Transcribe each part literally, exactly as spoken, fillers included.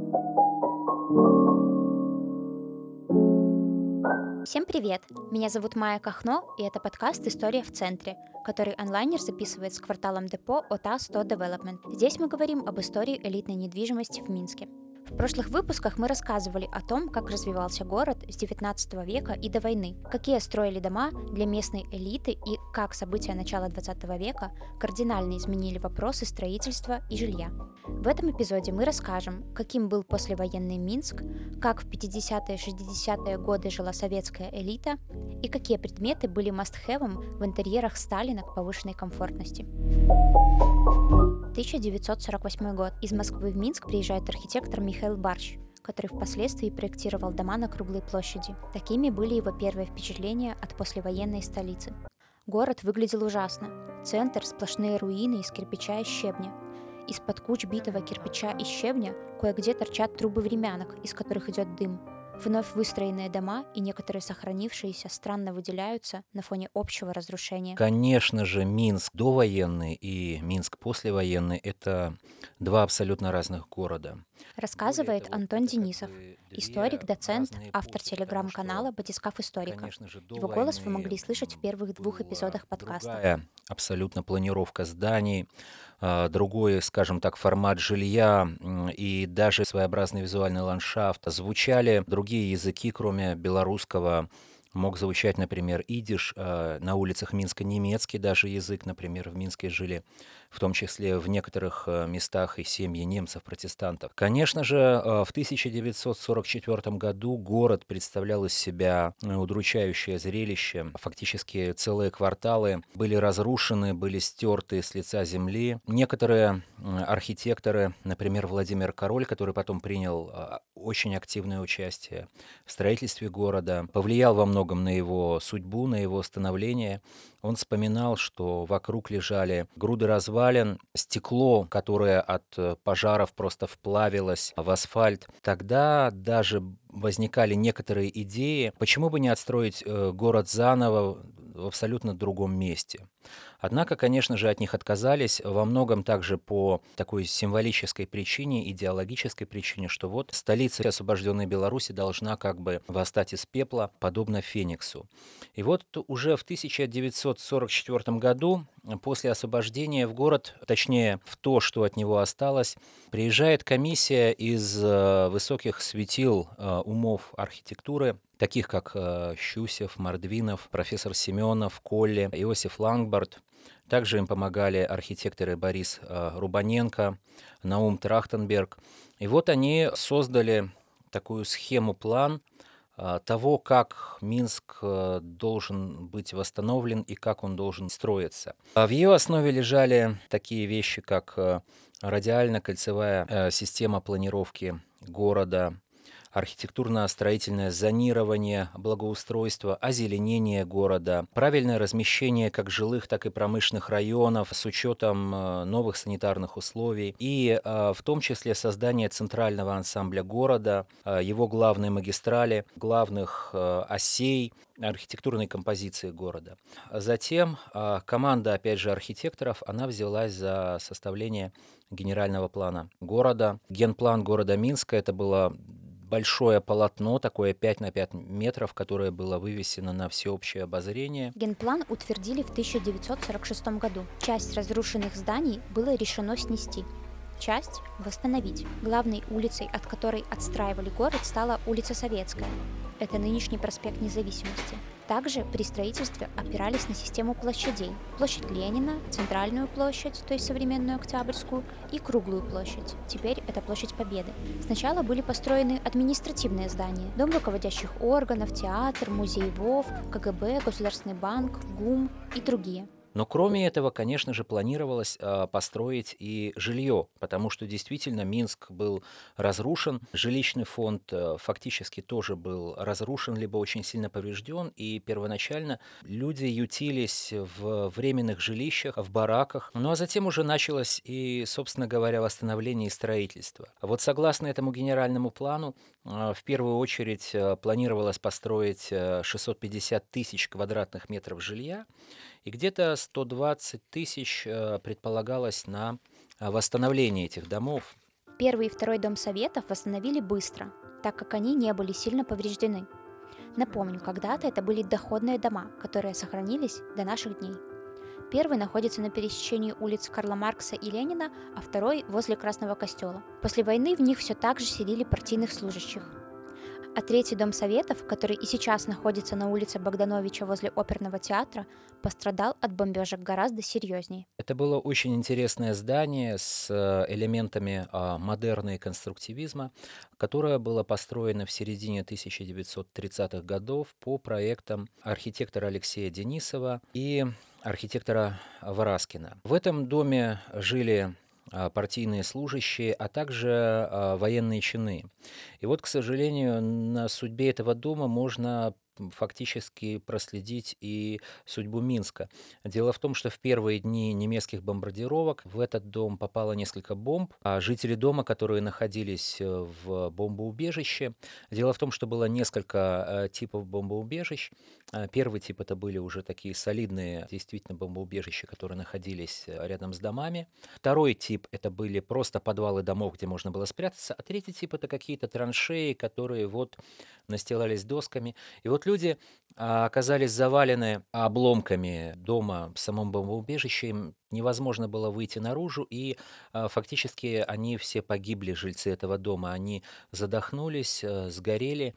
Всем привет! Меня зовут Майя Кахно, и это подкаст «История в центре», который онлайнер записывает с кварталом депо ОТА сто Development. Здесь мы говорим об истории элитной недвижимости в Минске. В прошлых выпусках мы рассказывали о том, как развивался город с девятнадцатого века и до войны, какие строили дома для местной элиты и как события начала двадцатого века кардинально изменили вопросы строительства и жилья. В этом эпизоде мы расскажем, каким был послевоенный Минск, как в пятидесятые и шестидесятые годы жила советская элита и какие предметы были must-have'ом в интерьерах Сталина к повышенной комфортности. тысяча девятьсот сорок восьмой год. Из Москвы в Минск приезжает архитектор Михаил Барщ, который впоследствии проектировал дома на круглой площади. Такими были его первые впечатления от послевоенной столицы. Город выглядел ужасно. Центр — сплошные руины из кирпича и щебня. Из-под куч битого кирпича и щебня кое-где торчат трубы времянок, из которых идет дым. Вновь выстроенные дома и некоторые сохранившиеся странно выделяются на фоне общего разрушения. Конечно же, Минск довоенный и Минск послевоенный — это два абсолютно разных города. Рассказывает того, Антон это как Денисов, бы две историк, доцент, разные автор эпохи, потому телеграм-канала что, «Батискаф Историка». конечно же, до Его голос вы войны могли слышать в первых двух была эпизодах подкаста. другая абсолютно планировка зданий, а, другой, скажем так, формат жилья м, и даже своеобразный визуальный ландшафт. Звучали другие языки, кроме белорусского. Мог звучать, например, идиш, а, на улицах Минска немецкий даже язык, например, в Минске жили, в том числе в некоторых а, местах и семьи немцев-протестантов. Конечно же, а, в тысяча девятьсот сорок четвёртом году город представлял из себя э, удручающее зрелище. Фактически целые кварталы были разрушены, были стерты с лица земли. Некоторые м, архитекторы, например, Владимир Король, который потом принял а, очень активное участие в строительстве города, повлиял во многом на его судьбу, на его становление. Он вспоминал, что вокруг лежали груды развалин, стекло, которое от э, пожаров просто вплавилось в асфальт. Тогда даже возникали некоторые идеи, почему бы не отстроить э, город заново в абсолютно другом месте. Однако, конечно же, от них отказались во многом также по такой символической причине, идеологической причине, что вот столица освобожденной Беларуси должна как бы восстать из пепла, подобно Фениксу. И вот уже в тысяча девятьсот сорок четвёртом году, э, после освобождения в город, точнее в то, что от него осталось, приезжает комиссия из э, высоких светил э, умов архитектуры, таких как э, Щусев, Мордвинов, профессор Семенов, Колли, Иосиф Лангбард. Также им помогали архитекторы Борис э, Рубаненко, Наум Трахтенберг. И вот они создали такую схему-план а, того, как Минск э, должен быть восстановлен и как он должен строиться. А в ее основе лежали такие вещи, как э, радиально-кольцевая э, система планировки города, архитектурно-строительное зонирование, благоустройство, озеленение города, правильное размещение как жилых, так и промышленных районов с учетом э, новых санитарных условий и э, в том числе создание центрального ансамбля города, э, его главной магистрали, главных э, осей, архитектурной композиции города. Затем э, команда, опять же, архитекторов, она взялась за составление генерального плана города. Генплан города Минска — это было большое полотно, такое пять на пять метров, которое было вывесено на всеобщее обозрение. Генплан утвердили в тысяча девятьсот сорок шестом году. Часть разрушенных зданий было решено снести, часть — восстановить. Главной улицей, от которой отстраивали город, стала улица Советская. Это нынешний проспект Независимости. Также при строительстве опирались на систему площадей. Площадь Ленина, Центральную площадь, то есть современную Октябрьскую, и Круглую площадь. Теперь это площадь Победы. Сначала были построены административные здания. Дом руководящих органов, театр, музей ВОВ, КГБ, Государственный банк, ГУМ и другие. Но кроме этого, конечно же, планировалось а, построить и жилье, потому что действительно Минск был разрушен, жилищный фонд а, фактически тоже был разрушен, либо очень сильно поврежден, и первоначально люди ютились в временных жилищах, в бараках, ну а затем уже началось и, собственно говоря, восстановление и строительство. Вот согласно этому генеральному плану, а, в первую очередь а, планировалось построить а, шестьсот пятьдесят тысяч квадратных метров жилья, и где-то сто двадцать тысяч э, предполагалось на а, восстановление этих домов. Первый и второй дом советов восстановили быстро, так как они не были сильно повреждены. Напомню, когда-то это были доходные дома, которые сохранились до наших дней. Первый находится на пересечении улиц Карла Маркса и Ленина, а второй возле Красного костела. После войны в них все так же селили партийных служащих. А третий дом советов, который и сейчас находится на улице Богдановича возле оперного театра, пострадал от бомбежек гораздо серьезнее. Это было очень интересное здание с э, элементами а, модерна и конструктивизма, которое было построено в середине тысяча девятьсот тридцатых годов по проектам архитектора Алексея Денисова и архитектора Вараскина. В этом доме жили а, партийные служащие, а также а, военные чины. И вот, к сожалению, на судьбе этого дома можно м, фактически проследить и судьбу Минска. Дело в том, что в первые дни немецких бомбардировок в этот дом попало несколько бомб, а жители дома, которые находились э, в бомбоубежище, дело в том, что было несколько э, типов бомбоубежищ. А, Первый тип это были уже такие солидные, действительно, бомбоубежища, которые находились э, рядом с домами. Второй тип это были просто подвалы домов, где можно было спрятаться, а третий тип это какие-то траншеи, которые вот настилались досками. И вот люди а, оказались завалены обломками дома в самом бомбоубежище, им невозможно было выйти наружу, и а, фактически они все погибли, жильцы этого дома. Они задохнулись, э, сгорели,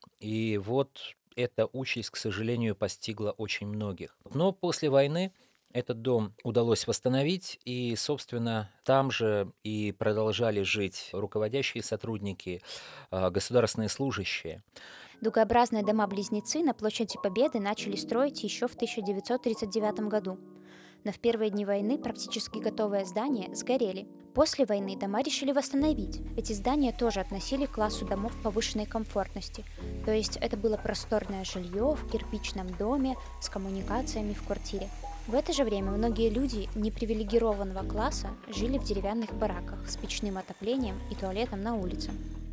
и вот эта участь, к сожалению, постигла очень многих. Но после войны этот дом удалось восстановить, и, собственно, там же и продолжали жить руководящие сотрудники, а, государственные служащие. Дугообразные дома-близнецы на площади Победы начали строить еще в тысяча девятьсот тридцать девятом году. Но в первые дни войны практически готовые здания сгорели. После войны дома решили восстановить. Эти здания тоже относили к классу домов повышенной комфортности. То есть это было просторное жилье в кирпичном доме с коммуникациями в квартире. В это же время многие люди непривилегированного класса жили в деревянных бараках с печным отоплением и туалетом на улице.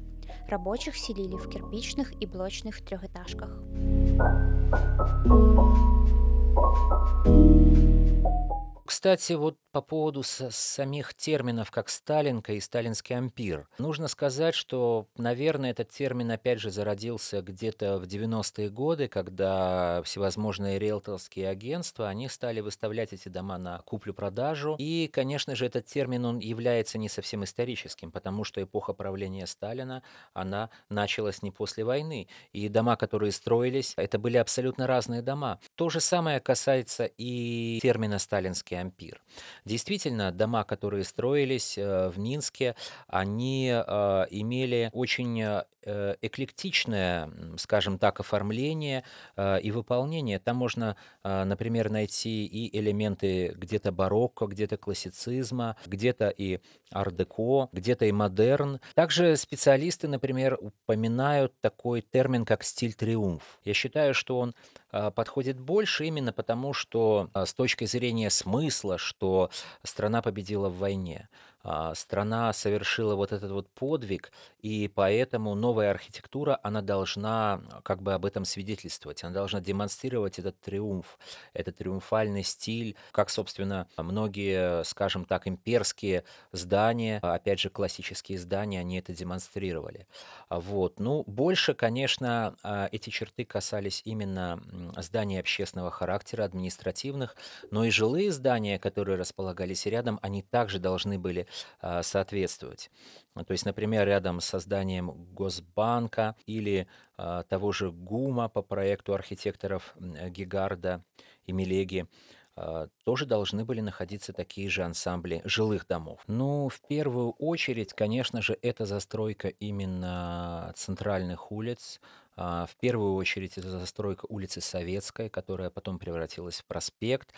Рабочих селили в кирпичных и блочных трехэтажках. Кстати, вот по поводу с- самих терминов, как сталинка и сталинский ампир. Нужно сказать, что, наверное, этот термин, опять же, зародился где-то в девяностые годы, когда всевозможные риэлторские агентства, они стали выставлять эти дома на куплю-продажу. И, конечно же, этот термин, он является не совсем историческим, потому что эпоха правления Сталина, она началась не после войны. И дома, которые строились, это были абсолютно разные дома. То же самое касается и термина «сталинский ампир». Действительно, дома, которые строились э, в Минске, они э, имели очень э, э, эклектичное, м, скажем так, оформление э, и выполнение. Там можно, э, например, найти и элементы где-то барокко, где-то классицизма, где-то и ар-деко, где-то и модерн. Также специалисты, например, упоминают такой термин, как стиль триумф. Я считаю, что он а, подходит больше именно потому, что а, с точки зрения смысла, что страна победила в войне, а, страна совершила вот этот вот подвиг, и поэтому новая архитектура, она должна а, как бы об этом свидетельствовать, она должна демонстрировать этот триумф, этот триумфальный стиль, как, собственно, многие, скажем так, имперские здания, а, опять же, классические здания, они это демонстрировали. А, Вот. Ну, больше, конечно, а, эти черты касались именно м, зданий общественного характера, административных, но и жилые здания, которые располагались рядом, они также должны были а, соответствовать. А, То есть, например, рядом со зданием Госбанка или а, того же ГУМа по проекту архитекторов м, э, Гигарда и Милеги, а, тоже должны были находиться такие же ансамбли жилых домов. Ну, в первую очередь, конечно же, это застройка именно центральных улиц. А, В первую очередь это застройка улицы Советской, которая потом превратилась в проспект,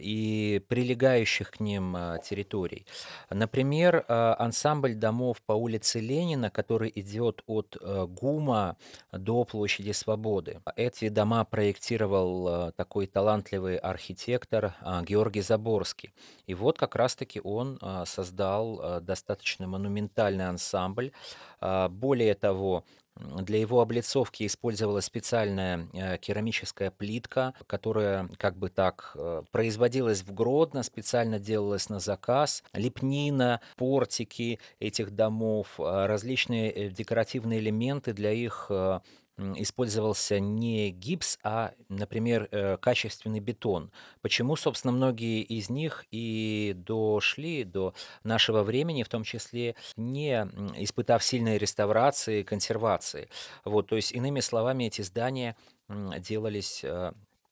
и прилегающих к ним а, территорий. Например, а, ансамбль домов по улице Ленина, который идет от э, ГУМа до площади Свободы. Эти дома проектировал а, такой талантливый архитектор а, Георгий Заборский. И вот как раз-таки он а, создал а, достаточно монументальный ансамбль. А, Более того, М, Для его облицовки использовалась специальная э, керамическая плитка, которая как бы так э, производилась в Гродно, специально делалась на заказ. Лепнина, портики этих домов, а, различные э, декоративные элементы для их э, м, использовался не гипс, а, например, э, качественный бетон. Почему, собственно, многие из них и дошли до нашего времени, в том числе не м, испытав сильной реставрации, консервации. Вот, то есть, иными словами, эти здания м, делались э,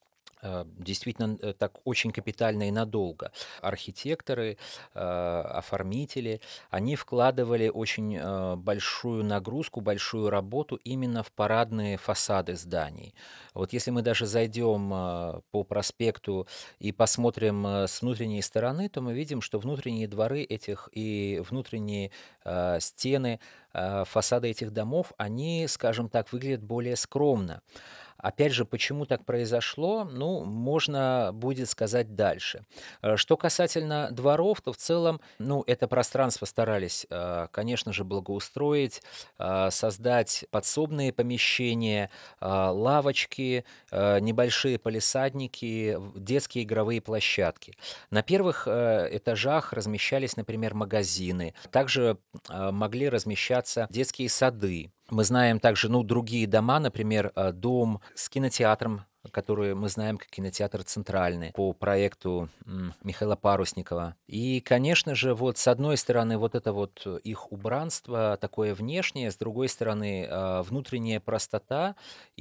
э, действительно э, так очень капитально и надолго. Архитекторы, э, оформители, они вкладывали очень э, большую нагрузку, большую работу именно в парадные фасады зданий. Вот если мы даже зайдем э, по проспекту и посмотрим э, с внутренней стороны, то мы видим, что внутренние дворы этих и внутренние э, стены, э, фасады этих домов, они, скажем так, выглядят более скромно. Опять же, почему так произошло, ну, можно будет сказать дальше. Э, Что касательно дворов, то в целом, ну, это пространство старались, э, конечно же, благоустроить, а, создать подсобные помещения, а, лавочки, э, небольшие палисадники, в- детские игровые площадки. На первых э, этажах размещались, например, магазины. Также а, могли размещаться детские сады. Мы знаем также, ну, другие дома, например, а, дом с кинотеатром, который мы знаем как кинотеатр «Центральный» по проекту м, Михаила Парусникова. И, конечно же, вот с одной стороны вот это вот э, их убранство такое внешнее, с другой стороны а, внутренняя простота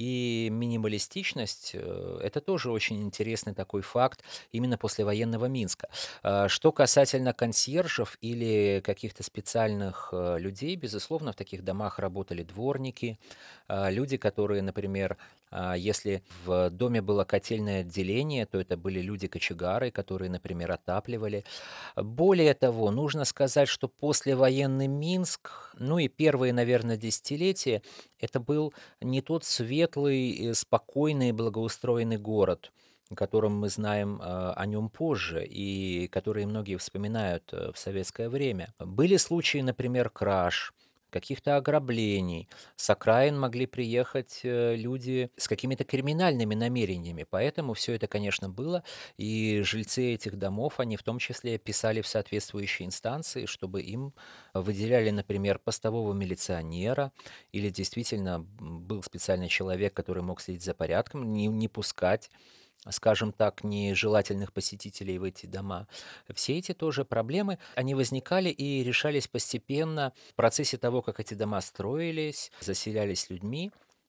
и минималистичность. э, Это тоже очень интересный такой факт именно послевоенного Минска. А, Что касательно консьержев или каких-то специальных э, людей, безусловно, в таких домах работали дворники, а, люди, которые, например, а, если в доме было котельное отделение, то это были люди-кочегары, которые, например, отапливали. Более того, нужно сказать, что послевоенный Минск, ну и первые, наверное, десятилетия, это был не тот светлый, э, спокойный, благоустроенный город, о котором мы знаем а, о нем позже и которые многие вспоминают э, в советское время. Были случаи, например, краж, каких-то ограблений. С окраин могли приехать э, люди с какими-то криминальными намерениями. Поэтому все это, конечно, было. И жильцы этих домов, они в том числе писали в соответствующие инстанции, чтобы им выделяли, например, постового милиционера или действительно м, был специальный человек, который мог следить за порядком, не, не пускать, скажем так, нежелательных посетителей в эти дома. Все эти тоже проблемы, они возникали и решались постепенно в процессе того, как эти дома строились, заселялись людьми,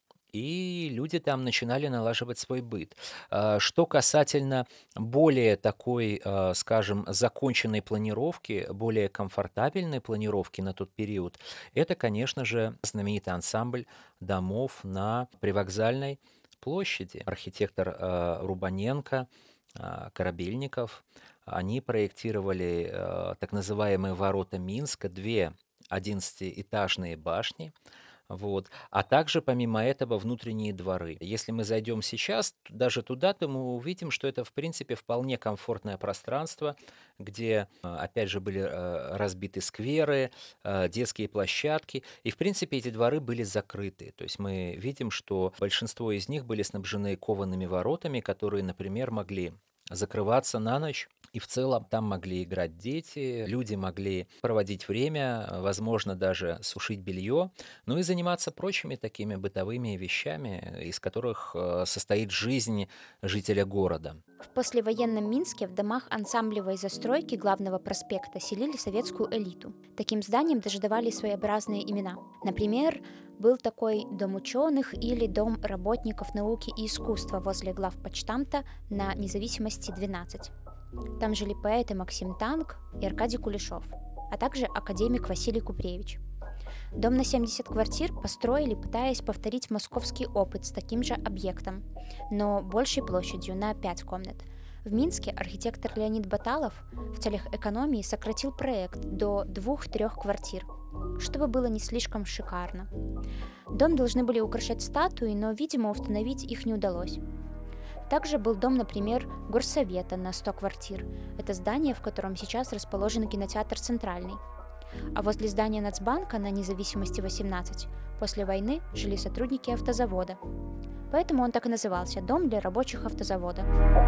и люди там начинали налаживать свой быт. А, Что касательно более такой, а, скажем, законченной планировки, более комфортабельной планировки на тот период, это, конечно же, знаменитый ансамбль домов на Привокзальной площади. Архитектор а, Рубаненко, а, Корабельников, они проектировали а, так называемые ворота Минска, две одиннадцатиэтажные башни, вот. А также, помимо этого, внутренние дворы. Если мы зайдем сейчас т- даже туда, то мы увидим, что это, в принципе, вполне комфортное пространство, где, а, опять же, были э, разбиты скверы, э, детские площадки. И, в принципе, эти дворы были закрыты. То есть мы видим, что большинство из них были снабжены коваными воротами, которые, например, могли закрываться на ночь. И в целом там могли играть дети, люди могли проводить время, э, возможно, даже сушить белье, ну и заниматься прочими такими бытовыми вещами, из которых э, состоит жизнь жителя города. В послевоенном Минске в домах ансамблевой застройки главного проспекта селили советскую элиту. Таким зданиям даже давали своеобразные имена. Например, был такой дом ученых или дом работников науки и искусства возле главпочтамта на Независимости двенадцать. Там жили поэты Максим Танк и Аркадий Кулешов, а также академик Василий Купревич. Дом на семьдесят квартир построили, пытаясь повторить московский опыт с таким же объектом, но большей площадью на пять комнат. В Минске архитектор Леонид Баталов в целях экономии сократил проект до двух-трех квартир, чтобы было не слишком шикарно. Дом должны были украшать статуи, но, видимо, установить их не удалось. Также был дом, например, горсовета на сто квартир. Это здание, в котором сейчас расположен кинотеатр «Центральный». А возле здания Нацбанка на Независимости восемнадцать после войны жили сотрудники автозавода. Поэтому он так и назывался — «Дом для рабочих автозавода».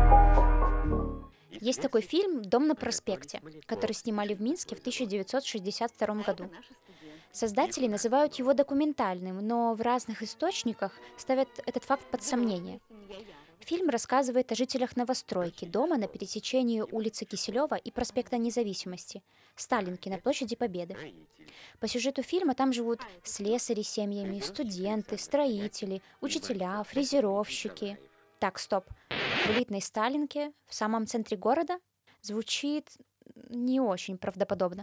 Есть такой фильм «Дом на проспекте», который снимали в Минске в тысяча девятьсот шестьдесят втором году. Создатели называют его документальным, но в разных источниках ставят этот факт под сомнение. Фильм рассказывает о жителях новостройки, дома на пересечении улицы Киселева и проспекта Независимости, Сталинки на площади Победы. По сюжету фильма там живут слесари с семьями, студенты, строители, учителя, фрезеровщики. Так, стоп. В элитной Сталинке, в самом центре города? Звучит не очень правдоподобно.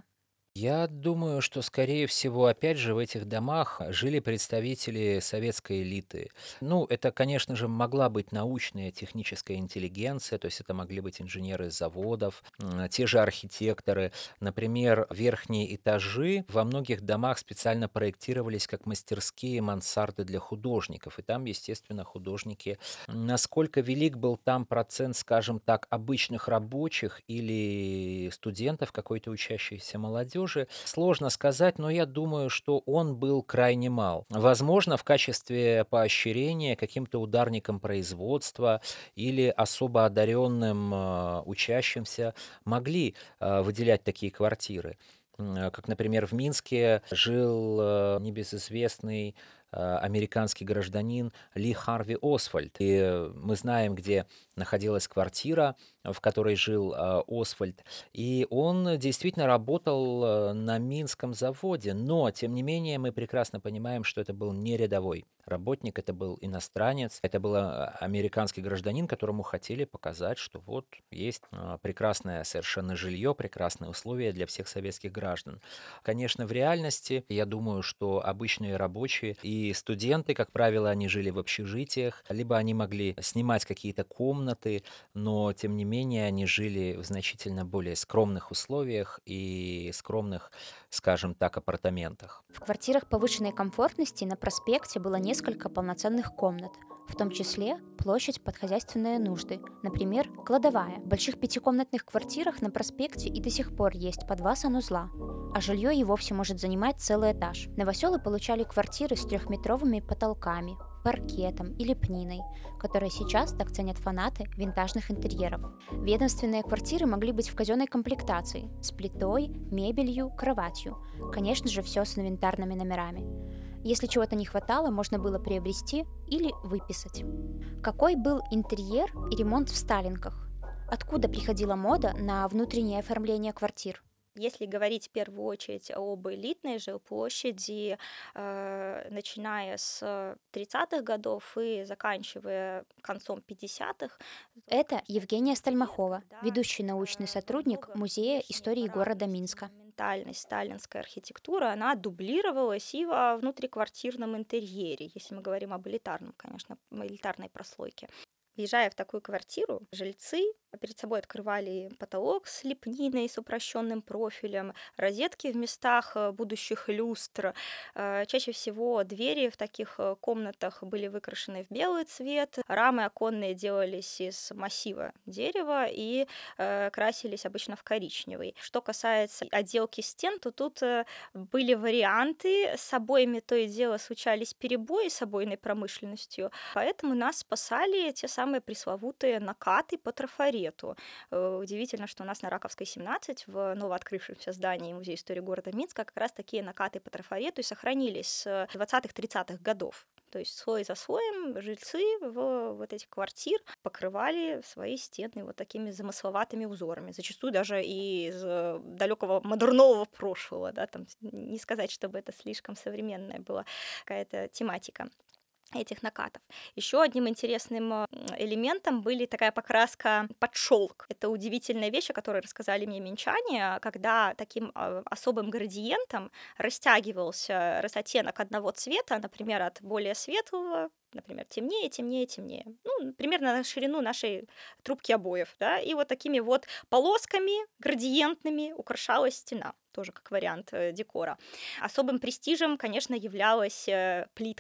Я думаю, что, скорее всего, опять же, в этих домах жили представители советской элиты. Ну, это, конечно же, могла быть научная, техническая интеллигенция, то есть это могли быть инженеры заводов, м, те же архитекторы. Например, верхние этажи во многих домах специально проектировались как мастерские мансарды для художников, и там, естественно, художники. Насколько велик был там процент, скажем так, обычных рабочих или студентов, какой-то учащейся молодежи, сложно сказать, но я думаю, что он был крайне мал. Возможно, в качестве поощрения каким-то ударникам производства или особо одаренным э, учащимся могли э, выделять такие квартиры. М, э, Как, например, в Минске жил э, небезызвестный э, американский гражданин Ли Харви Освальд. И э, мы знаем, где находилась квартира, в которой жил э, Освальд. И он действительно работал э, на Минском заводе, но, тем не менее, мы прекрасно понимаем, что это был не рядовой работник, это был иностранец, это был э, американский гражданин, которому хотели показать, что вот есть э, прекрасное совершенно жилье, прекрасные условия для всех советских граждан. Конечно, в реальности, я думаю, что обычные рабочие и студенты, как правило, они жили в общежитиях, либо они могли снимать какие-то комнаты, но, тем не менее, они жили в значительно более скромных условиях и скромных, скажем так, апартаментах. В квартирах повышенной комфортности на проспекте было несколько полноценных комнат, в том числе площадь под хозяйственные нужды, например, кладовая. В больших пятикомнатных квартирах на проспекте и до сих пор есть по два санузла, а жилье и вовсе может занимать целый этаж. Новоселы получали квартиры с трехметровыми потолками, паркетом и лепниной, которые сейчас так ценят фанаты винтажных интерьеров. Ведомственные квартиры могли быть в казенной комплектации с плитой, мебелью, кроватью. Конечно же, все с инвентарными номерами. Если чего-то не хватало, можно было приобрести или выписать. Какой был интерьер и ремонт в Сталинках? Откуда приходила мода на внутреннее оформление квартир? Если говорить в первую очередь об элитной жилплощади, э, начиная с тридцатых годов и заканчивая концом пятидесятых, Это Евгения Стальмахова, ведущий научный сотрудник Музея истории города Минска. монументальность сталинской архитектуры, она дублировалась и во внутриквартирном интерьере, если мы говорим об элитарном, конечно, элитарной прослойке. Въезжая в такую квартиру, жильцы перед собой открывали потолок с лепниной, с упрощенным профилем, розетки в местах э, будущих люстр. Э, Чаще всего двери в таких э, комнатах были выкрашены в белый цвет, рамы оконные делались из массива дерева и э, красились обычно в коричневый. Что касается отделки стен, то тут э, были варианты, с обоями то и дело случались перебои с обойной промышленностью, поэтому нас спасали те самые пресловутые накаты по трафарету. Э, Удивительно, что у нас на Раковской семнадцать в новооткрывшемся здании Музея истории города Минска как раз такие накаты по трафарету и сохранились с двадцатых-тридцатых годов. То есть слой за слоем жильцы в вот этих квартир покрывали свои стены вот такими замысловатыми узорами, зачастую даже из э, далекого модернового прошлого, да, там не сказать, чтобы это слишком современная была какая-то тематика этих накатов. Еще одним интересным э, элементом были такая покраска под шелк. Это удивительная вещь, о которой рассказали мне минчане, когда таким э, особым градиентом растягивался оттенок одного цвета, например, от более светлого, например, темнее, темнее, темнее. Ну, примерно на ширину нашей трубки обоев, да, и вот такими вот полосками градиентными украшалась стена, тоже как вариант э, декора. Особым престижем, конечно, являлась э, плитка,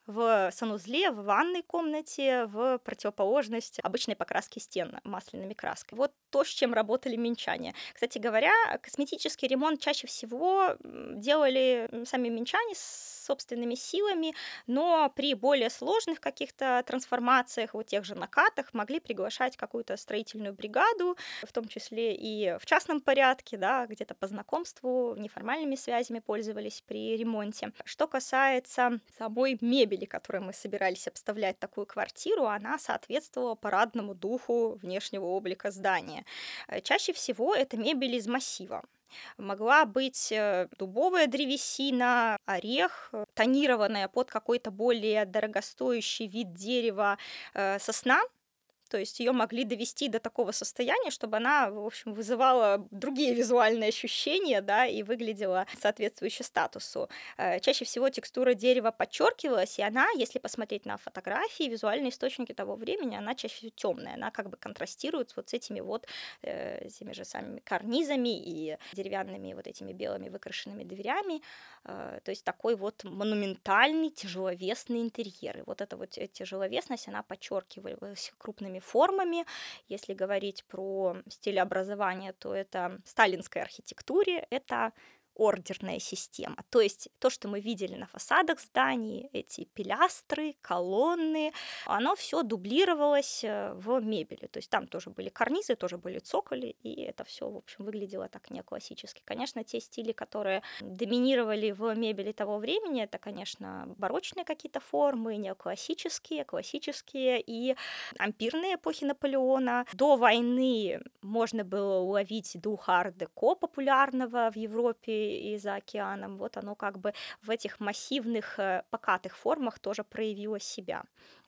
в санузле, в ванной комнате, в противоположность обычной покраске стен масляными красками. Вот то, с чем работали минчане. Кстати говоря, косметический ремонт чаще всего делали сами минчане с собственными силами, но при более сложных каких-то трансформациях, вот тех же накатах, могли приглашать какую-то строительную бригаду, в том числе и в частном порядке, да, где-то по знакомству, неформальными связями пользовались при ремонте. Что касается самой мебели, которой мы собирались обставлять такую квартиру, она соответствовала парадному духу внешнего облика здания. Чаще всего это мебель из массива. Могла быть дубовая древесина, орех, тонированная под какой-то более дорогостоящий вид дерева сосна. То есть ее могли довести до такого состояния, чтобы она, в общем, вызывала другие визуальные ощущения, да, и выглядела соответствующе статусу. Чаще всего текстура дерева подчеркивалась, и она, если посмотреть на фотографии, визуальные источники того времени, она чаще всего темная, она как бы контрастирует вот с этими вот э, теми же самыми карнизами и деревянными вот этими белыми выкрашенными дверями. Э, то есть такой вот монументальный, тяжеловесный интерьер. И вот эта вот тяжеловесность, она подчеркивалась крупными формами. Если говорить про стиль образования, то это в сталинской архитектуре, это ордерная система. То есть то, что мы видели на фасадах зданий, эти пилястры, колонны, оно все дублировалось в мебели. То есть там тоже были карнизы, тоже были цоколи, и это все, в общем, выглядело так неоклассически. Конечно, те стили, которые доминировали в мебели того времени, это, конечно, барочные какие-то формы, неоклассические, классические и ампирные эпохи Наполеона. До войны можно было уловить дух арт-деко популярного в Европе и за океаном, вот оно как бы в этих массивных покатых формах тоже проявило себя.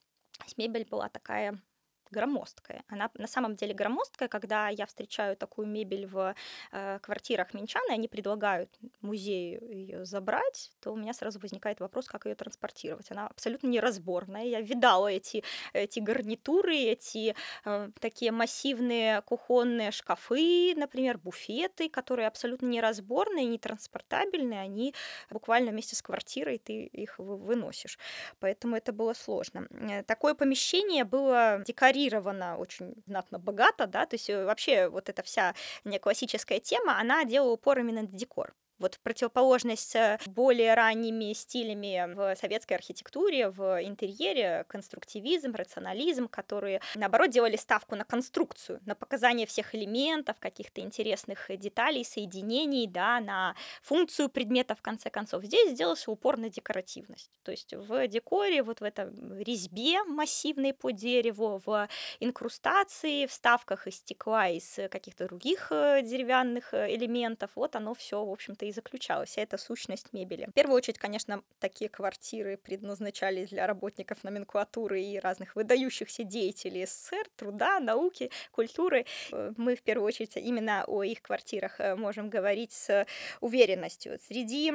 Мебель была такая громоздкая. Она на самом деле громоздкая, когда я встречаю такую мебель в э, квартирах минчан, и они предлагают музею ее забрать, то у меня сразу возникает вопрос, как ее транспортировать. Она абсолютно неразборная. Я видала эти, эти гарнитуры, эти э, такие массивные кухонные шкафы, например, буфеты, которые абсолютно неразборные, нетранспортабельные, они буквально вместе с квартирой ты их выносишь. Поэтому это было сложно. Такое помещение было декорировано очень знатно богато, да, то есть вообще вот эта вся неоклассическая тема, она делала упор именно на декор. Вот в противоположность с более ранними стилями в советской архитектуре, в интерьере, конструктивизм, рационализм, которые, наоборот, делали ставку на конструкцию, на показание всех элементов, каких-то интересных деталей, соединений, да, на функцию предмета, в конце концов. Здесь сделался упор на декоративность. То есть в декоре, вот в этом резьбе массивной по дереву, в инкрустации, в вставках из стекла, из каких-то других деревянных элементов, вот оно все, в общем-то, и заключалась вся эта сущность мебели. В первую очередь, конечно, такие квартиры предназначались для работников номенклатуры и разных выдающихся деятелей СССР, труда, науки, культуры. Мы в первую очередь именно о их квартирах можем говорить с уверенностью. Среди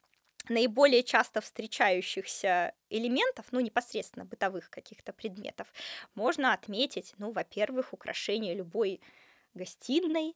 наиболее часто встречающихся элементов, ну, непосредственно бытовых каких-то предметов, можно отметить, ну, во-первых, украшение любой гостиной,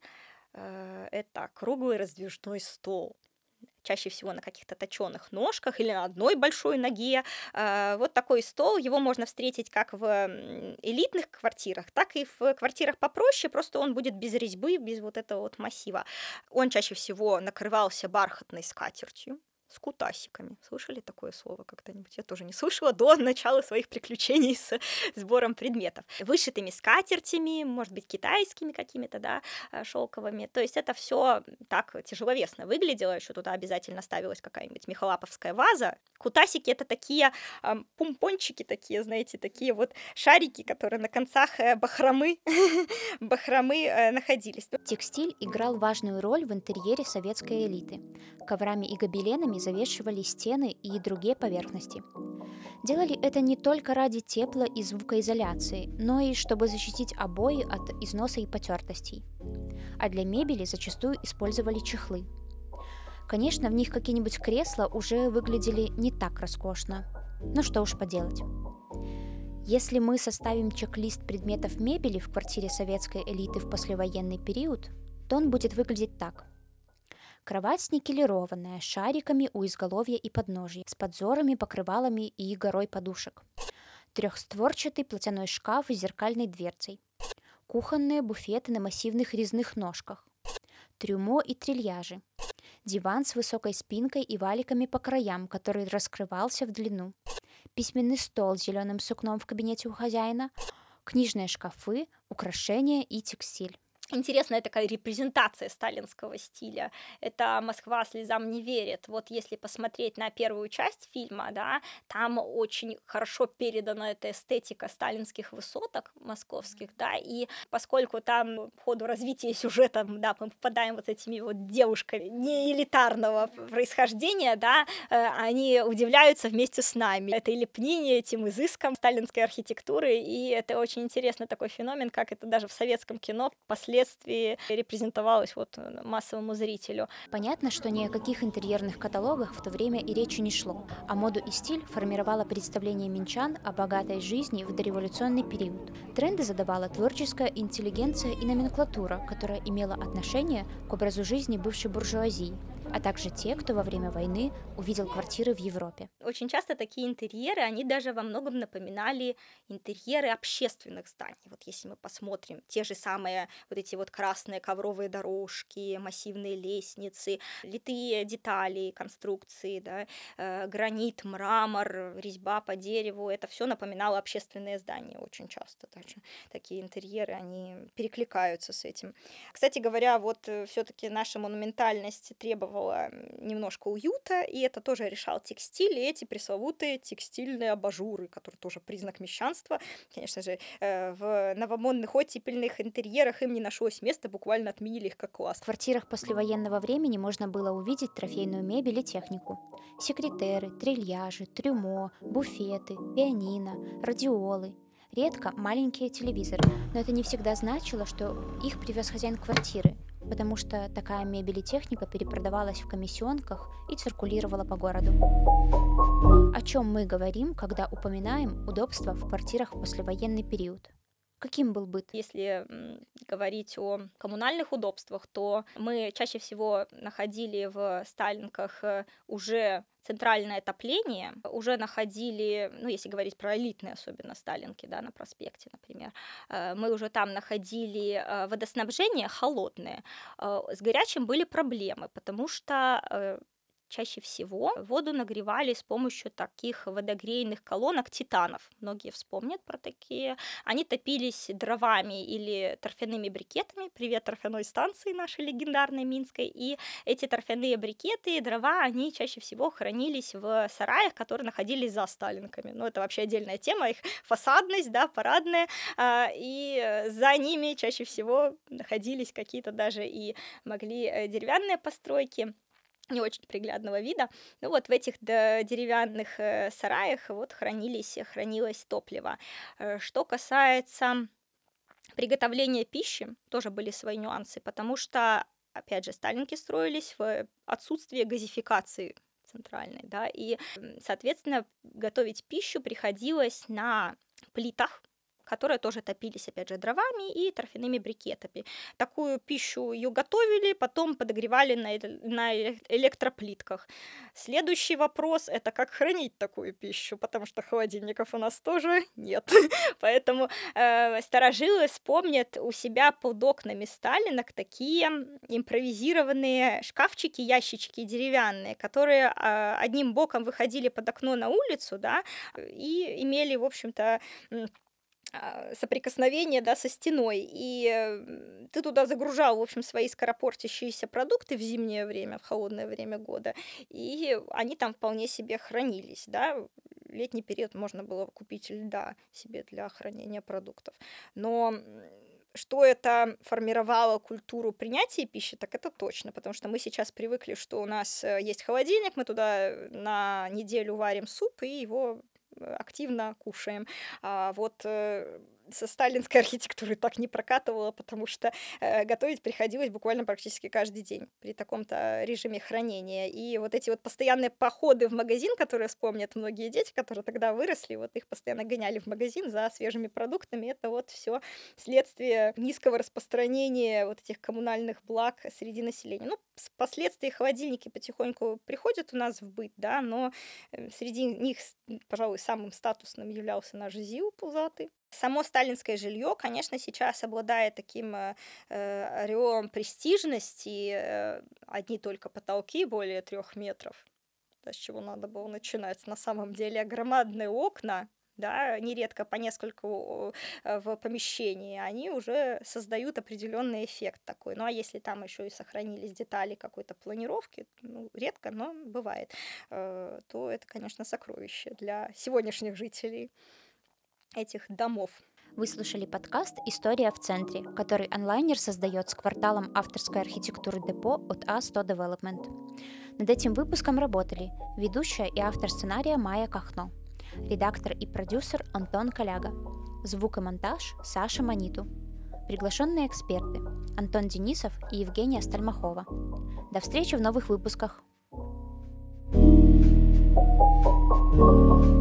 это круглый раздвижной стол, чаще всего на каких-то точёных ножках или на одной большой ноге. Вот такой стол, его можно встретить как в элитных квартирах, так и в квартирах попроще, просто он будет без резьбы, без вот этого вот массива. Он чаще всего накрывался бархатной скатертью с кутасиками. Слышали такое слово когда-нибудь? Я тоже не слышала до начала своих приключений с сбором предметов. Вышитыми скатертями, может быть, китайскими какими-то, да, шелковыми. То есть это все так тяжеловесно выглядело. Еще туда обязательно ставилась какая-нибудь михалаповская ваза. Кутасики — это такие э, пумпончики такие, знаете, такие вот шарики, которые на концах э, бахромы, бахромы э, находились. Текстиль играл важную роль в интерьере советской элиты. Коврами и гобеленами завешивали стены и другие поверхности. Делали это не только ради тепла и звукоизоляции, но и чтобы защитить обои от износа и потертостей. А для мебели зачастую использовали чехлы. Конечно, в них какие-нибудь кресла уже выглядели не так роскошно. Но что уж поделать. Если мы составим чек-лист предметов мебели в квартире советской элиты в послевоенный период, то он будет выглядеть так. Кровать никелированная, с шариками у изголовья и подножья, с подзорами, покрывалами и горой подушек. Трехстворчатый платяной шкаф с зеркальной дверцей. Кухонные буфеты на массивных резных ножках. Трюмо и трильяжи. Диван с высокой спинкой и валиками по краям, который раскрывался в длину. Письменный стол с зеленым сукном в кабинете у хозяина. Книжные шкафы, украшения и текстиль. Интересная такая репрезентация сталинского стиля. Это «Москва слезам не верит». Вот если посмотреть на первую часть фильма, да, там очень хорошо передана эта эстетика сталинских высоток московских, да, и поскольку там по ходу развития сюжета, да, мы попадаем вот этими вот девушками не элитарного происхождения, да, они удивляются вместе с нами этой лепнине, этим изыском сталинской архитектуры, и это очень интересный такой феномен, как это даже в советском кино впоследствии репрезентовалось вот массовому зрителю. Понятно, что ни о каких интерьерных каталогах в то время и речи не шло, а моду и стиль формировало представление минчан о богатой жизни в дореволюционный период. Тренды задавала творческая интеллигенция и номенклатура, которая имела отношение к образу жизни бывшей буржуазии, а также те, кто во время войны увидел квартиры в Европе. Очень часто такие интерьеры, они даже во многом напоминали интерьеры общественных зданий. Вот если мы посмотрим, те же самые вот эти вот красные ковровые дорожки, массивные лестницы, литые детали, конструкции, да, э, гранит, мрамор, резьба по дереву, это все напоминало общественные здания очень часто. Даже такие интерьеры, они перекликаются с этим. Кстати говоря, вот все-таки наша монументальность требовала немножко уюта, и это тоже решал текстиль, и эти пресловутые текстильные абажуры, которые тоже признак мещанства. Конечно же, в новомодных оттепельных интерьерах им не нашлось места, буквально отменили их как класс. В квартирах послевоенного времени можно было увидеть трофейную мебель и технику. Секретеры, трильяжи, трюмо, буфеты, пианино, радиолы. Редко маленькие телевизоры, но это не всегда значило, что их привез хозяин квартиры, потому что такая мебель и техника перепродавалась в комиссионках и циркулировала по городу. О чем мы говорим, когда упоминаем удобства в квартирах в послевоенный период? Каким был быт? Если м, говорить о коммунальных удобствах, то мы чаще всего находили в сталинках э, уже центральное отопление, уже находили, ну, если говорить про элитные, особенно сталинки, да, на проспекте, например, э, мы уже там находили э, водоснабжение холодное. Э, С горячим были проблемы, потому что э, чаще всего воду нагревали с помощью таких водогрейных колонок титанов. Многие вспомнят про такие. Они топились дровами или торфяными брикетами. Привет торфяной станции нашей легендарной Минской. И эти торфяные брикеты и дрова, они чаще всего хранились в сараях, которые находились за сталинками. Ну, это вообще отдельная тема, их фасадность, да, парадная. И за ними чаще всего находились какие-то даже и могли деревянные постройки, не очень приглядного вида. Ну вот в этих деревянных э, сараях вот хранились, хранилось топливо. Э, Что касается приготовления пищи, тоже были свои нюансы, потому что, опять же, сталинки строились в отсутствие газификации центральной, да, и, соответственно, готовить пищу приходилось на плитах, которые тоже топились, опять же, дровами и торфяными брикетами. Такую пищу ее готовили, потом подогревали на, на электроплитках. Следующий вопрос — это как хранить такую пищу, потому что холодильников у нас тоже нет. Поэтому э, старожилы вспомнят у себя под окнами сталинок такие импровизированные шкафчики, ящички деревянные, которые э, одним боком выходили под окно на улицу, да, и имели, в общем-то, соприкосновение, да, со стеной, и ты туда загружал, в общем, свои скоропортящиеся продукты в зимнее время, в холодное время года, и они там вполне себе хранились, да. Летний период можно было купить льда себе для хранения продуктов, но что это формировало культуру принятия пищи, так это точно, потому что мы сейчас привыкли, что у нас есть холодильник, мы туда на неделю варим суп и его активно кушаем. А вот э, со сталинской архитектурой так не прокатывало, потому что э, готовить приходилось буквально практически каждый день при таком-то режиме хранения. И вот эти вот постоянные походы в магазин, которые вспомнят многие дети, которые тогда выросли, вот их постоянно гоняли в магазин за свежими продуктами, это вот все следствие низкого распространения вот этих коммунальных благ среди населения. Ну, впоследствии холодильники потихоньку приходят у нас в быт, да, но э, среди них, с- пожалуй, самым статусным являлся наш ЗИЛ пузатый. Само сталинское жилье, конечно, сейчас обладает таким э, э, ореолом престижности, э, одни только потолки более трех метров, да, с чего надо было начинать. На самом деле громадные окна, да, нередко по нескольку э, в помещении, они уже создают определенный эффект такой. Ну а если там еще и сохранились детали какой-то планировки, ну, редко, но бывает, э, то это, конечно, сокровище для сегодняшних жителей этих домов. Вы слушали подкаст «История в центре», который онлайнер создает с кварталом авторской архитектуры депо от А сто Development. Над этим выпуском работали ведущая и автор сценария Майя Кахно, редактор и продюсер Антон Коляга, звук и монтаж Саша Маниту, приглашенные эксперты Антон Денисов и Евгения Стальмахова. До встречи в новых выпусках! thank you